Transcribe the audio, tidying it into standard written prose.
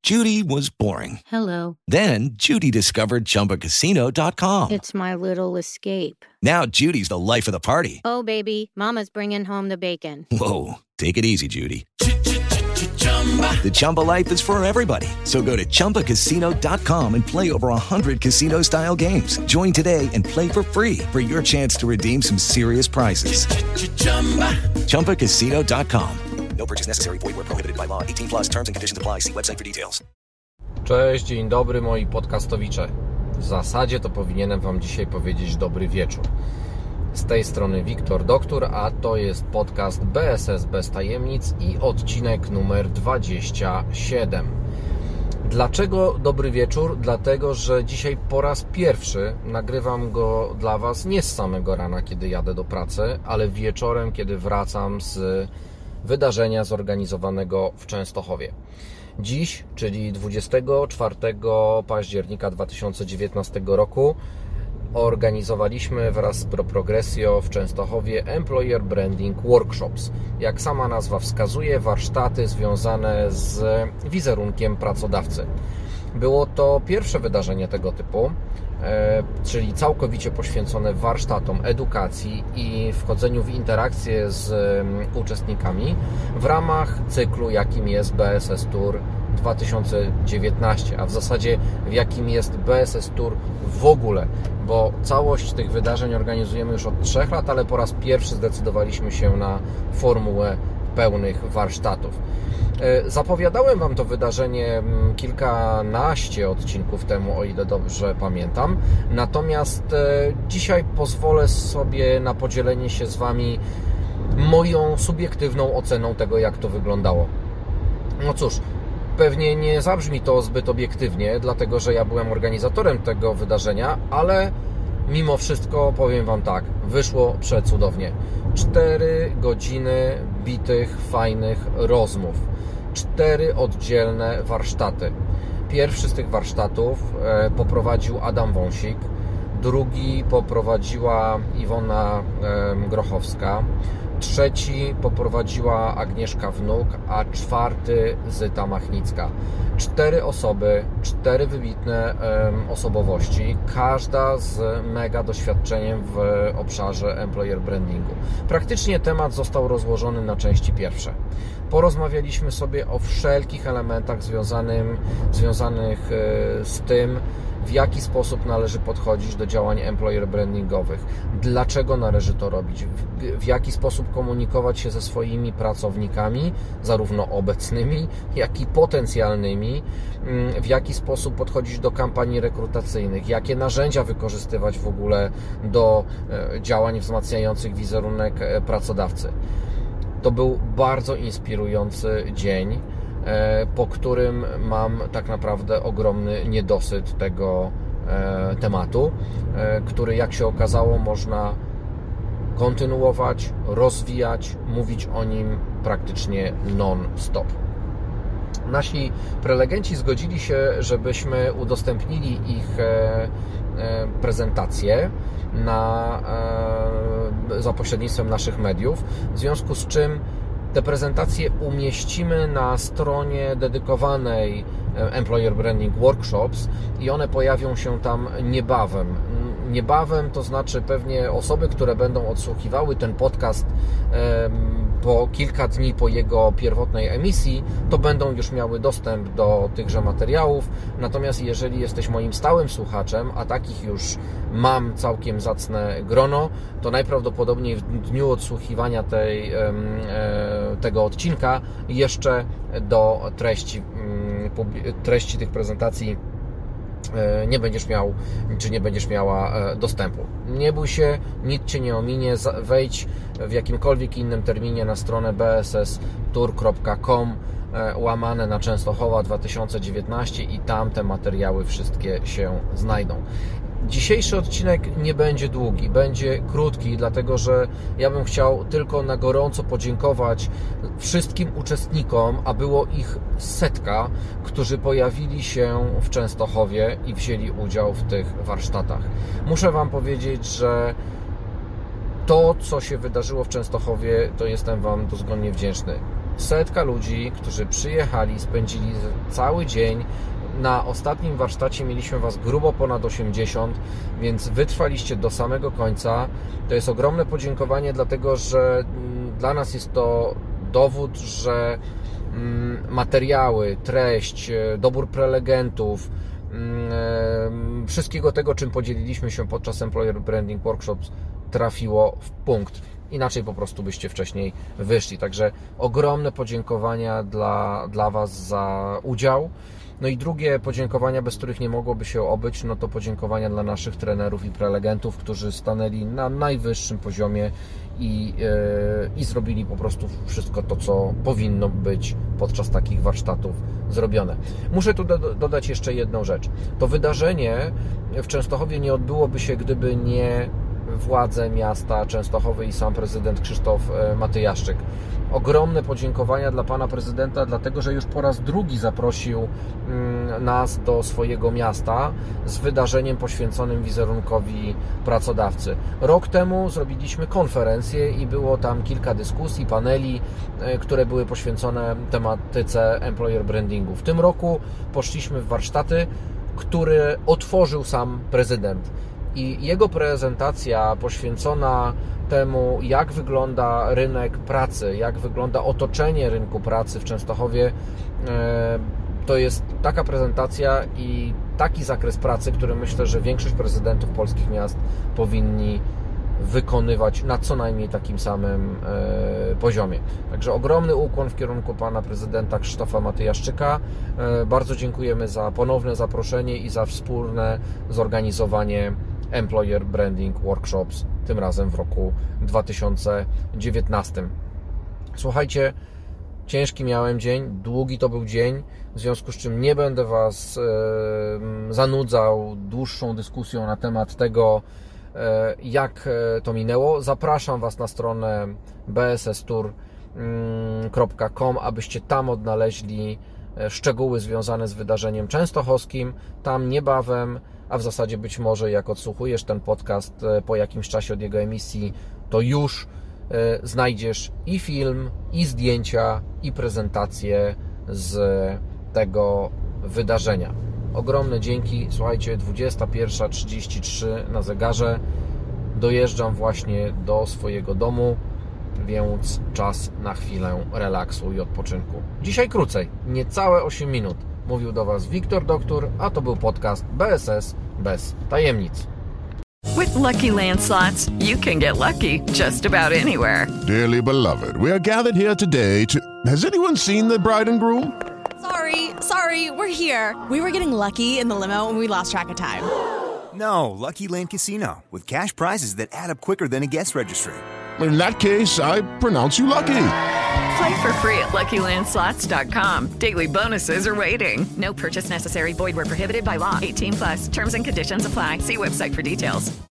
Judy was boring. Hello. Then Judy discovered ChumbaCasino.com. It's my little escape. Now Judy's the life of the party. Oh, baby, mama's bringing home the bacon. Whoa, take it easy, Judy. The Chumba life is for everybody. So go to ChumbaCasino.com and play over 100 casino-style games. Join today and play for free for your chance to redeem some serious prizes. ChumbaCasino.com. No purchase necessary. Void where prohibited by law. 18 plus terms and conditions apply. See website for details. Cześć, dzień dobry moi podcastowicze. W zasadzie to powinienem Wam dzisiaj powiedzieć dobry wieczór. Z tej strony Wiktor Doktor, a to jest podcast BSS bez tajemnic i odcinek numer 27. Dlaczego dobry wieczór? Dlatego, że dzisiaj po raz pierwszy nagrywam go dla Was nie z samego rana, kiedy jadę do pracy, ale wieczorem, kiedy wracam z wydarzenia zorganizowanego w Częstochowie. Dziś, czyli 24 października 2019 roku, organizowaliśmy wraz z Pro Progressio w Częstochowie Employer Branding Workshops. Jak sama nazwa wskazuje, warsztaty związane z wizerunkiem pracodawcy. Było to pierwsze wydarzenie tego typu, czyli całkowicie poświęcone warsztatom, edukacji i wchodzeniu w interakcję z uczestnikami w ramach cyklu, jakim jest BSS Tour 2019, a w zasadzie w jakim jest BSS Tour w ogóle, bo całość tych wydarzeń organizujemy już od 3 lat, ale po raz pierwszy zdecydowaliśmy się na formułę pełnych warsztatów. Zapowiadałem Wam to wydarzenie kilkanaście odcinków temu, o ile dobrze pamiętam. Natomiast dzisiaj pozwolę sobie na podzielenie się z Wami moją subiektywną oceną tego, jak to wyglądało. No cóż, pewnie nie zabrzmi to zbyt obiektywnie, dlatego że ja byłem organizatorem tego wydarzenia, ale mimo wszystko powiem Wam tak, wyszło przecudownie. 4 godziny bitych, fajnych rozmów. 4 oddzielne warsztaty. Pierwszy z tych warsztatów poprowadził Adam Wąsik, drugi poprowadziła Iwona Grochowska, trzeci poprowadziła Agnieszka Wnuk, a 4 Zyta Machnicka. 4 osoby, 4 wybitne osobowości, każda z mega doświadczeniem w obszarze employer brandingu. Praktycznie temat został rozłożony na części pierwsze. Porozmawialiśmy sobie o wszelkich elementach związanych z tym, w jaki sposób należy podchodzić do działań employer brandingowych, dlaczego należy to robić, w jaki sposób komunikować się ze swoimi pracownikami, zarówno obecnymi, jak i potencjalnymi, w jaki sposób podchodzić do kampanii rekrutacyjnych, jakie narzędzia wykorzystywać w ogóle do działań wzmacniających wizerunek pracodawcy. To był bardzo inspirujący dzień, po którym mam tak naprawdę ogromny niedosyt tego tematu, który, jak się okazało, można kontynuować, rozwijać, mówić o nim praktycznie non-stop. Nasi prelegenci zgodzili się, żebyśmy udostępnili ich prezentację za pośrednictwem naszych mediów, w związku z czym te prezentacje umieścimy na stronie dedykowanej Employer Branding Workshops i one pojawią się tam niebawem. Niebawem to znaczy pewnie osoby, które będą odsłuchiwały ten podcast po kilka dni po jego pierwotnej emisji, to będą już miały dostęp do tychże materiałów. Natomiast jeżeli jesteś moim stałym słuchaczem, a takich już mam całkiem zacne grono, to najprawdopodobniej w dniu odsłuchiwania tego odcinka jeszcze do treści tych prezentacji nie będziesz miał, czy nie będziesz miała dostępu. Nie bój się, nic Cię nie ominie, wejdź w jakimkolwiek innym terminie na stronę bsstour.com łamane na Częstochowa 2019 i tam te materiały wszystkie się znajdą. Dzisiejszy odcinek nie będzie długi, będzie krótki, dlatego że ja bym chciał tylko na gorąco podziękować wszystkim uczestnikom, a było ich 100, którzy pojawili się w Częstochowie i wzięli udział w tych warsztatach. Muszę Wam powiedzieć, że to, co się wydarzyło w Częstochowie, to jestem Wam dozgonnie wdzięczny. setka ludzi, którzy przyjechali, spędzili cały dzień. Na ostatnim warsztacie mieliśmy Was grubo ponad 80, więc wytrwaliście do samego końca. To jest ogromne podziękowanie, dlatego że dla nas jest to dowód, że materiały, treść, dobór prelegentów, wszystkiego tego, czym podzieliliśmy się podczas Employer Branding Workshops, trafiło w punkt. Inaczej po prostu byście wcześniej wyszli. Także ogromne podziękowania dla Was za udział. No i drugie podziękowania, bez których nie mogłoby się obyć, no to podziękowania dla naszych trenerów i prelegentów, którzy stanęli na najwyższym poziomie i zrobili po prostu wszystko to, co powinno być podczas takich warsztatów zrobione. Muszę tu dodać jeszcze jedną rzecz. To wydarzenie w Częstochowie nie odbyłoby się, gdyby nie władze miasta Częstochowy i sam prezydent Krzysztof Matyjaszczyk. Ogromne podziękowania dla pana prezydenta, dlatego że już po raz drugi zaprosił nas do swojego miasta z wydarzeniem poświęconym wizerunkowi pracodawcy. Rok temu zrobiliśmy konferencję i było tam kilka dyskusji, paneli, które były poświęcone tematyce employer brandingu. W tym roku poszliśmy w warsztaty, które otworzył sam prezydent. I jego prezentacja poświęcona temu, jak wygląda rynek pracy, jak wygląda otoczenie rynku pracy w Częstochowie, to jest taka prezentacja i taki zakres pracy, który myślę, że większość prezydentów polskich miast powinni wykonywać na co najmniej takim samym poziomie. Także ogromny ukłon w kierunku pana prezydenta Krzysztofa Matyjaszczyka. Bardzo dziękujemy za ponowne zaproszenie i za wspólne zorganizowanie Employer Branding Workshops, tym razem w roku 2019. Słuchajcie, ciężki miałem dzień, długi to był dzień, w związku z czym nie będę Was zanudzał dłuższą dyskusją na temat tego, jak to minęło. Zapraszam Was na stronę bsstour.com, abyście tam odnaleźli szczegóły związane z wydarzeniem częstochowskim. Tam niebawem, a w zasadzie być może jak odsłuchujesz ten podcast po jakimś czasie od jego emisji, to już znajdziesz i film, i zdjęcia, i prezentację z tego wydarzenia. Ogromne dzięki. Słuchajcie, 21:33 na zegarze. Dojeżdżam właśnie do swojego domu, więc czas na chwilę relaksu i odpoczynku. Dzisiaj krócej, niecałe 8 minut. Mówił do Was Wiktor Doktor, a to był podcast BSS bez tajemnic. With Lucky Land Slots, you can get lucky just about anywhere. Dearly beloved, we are gathered here today to... Has anyone seen the bride and groom? Sorry, we're here. We were getting lucky in the limo and we lost track of time. No, Lucky Land Casino, with cash prizes that add up quicker than a guest registry. In that case, I pronounce you lucky. Play for free at LuckyLandSlots.com. Daily bonuses are waiting. No purchase necessary. Void where prohibited by law. 18+. Terms and conditions apply. See website for details.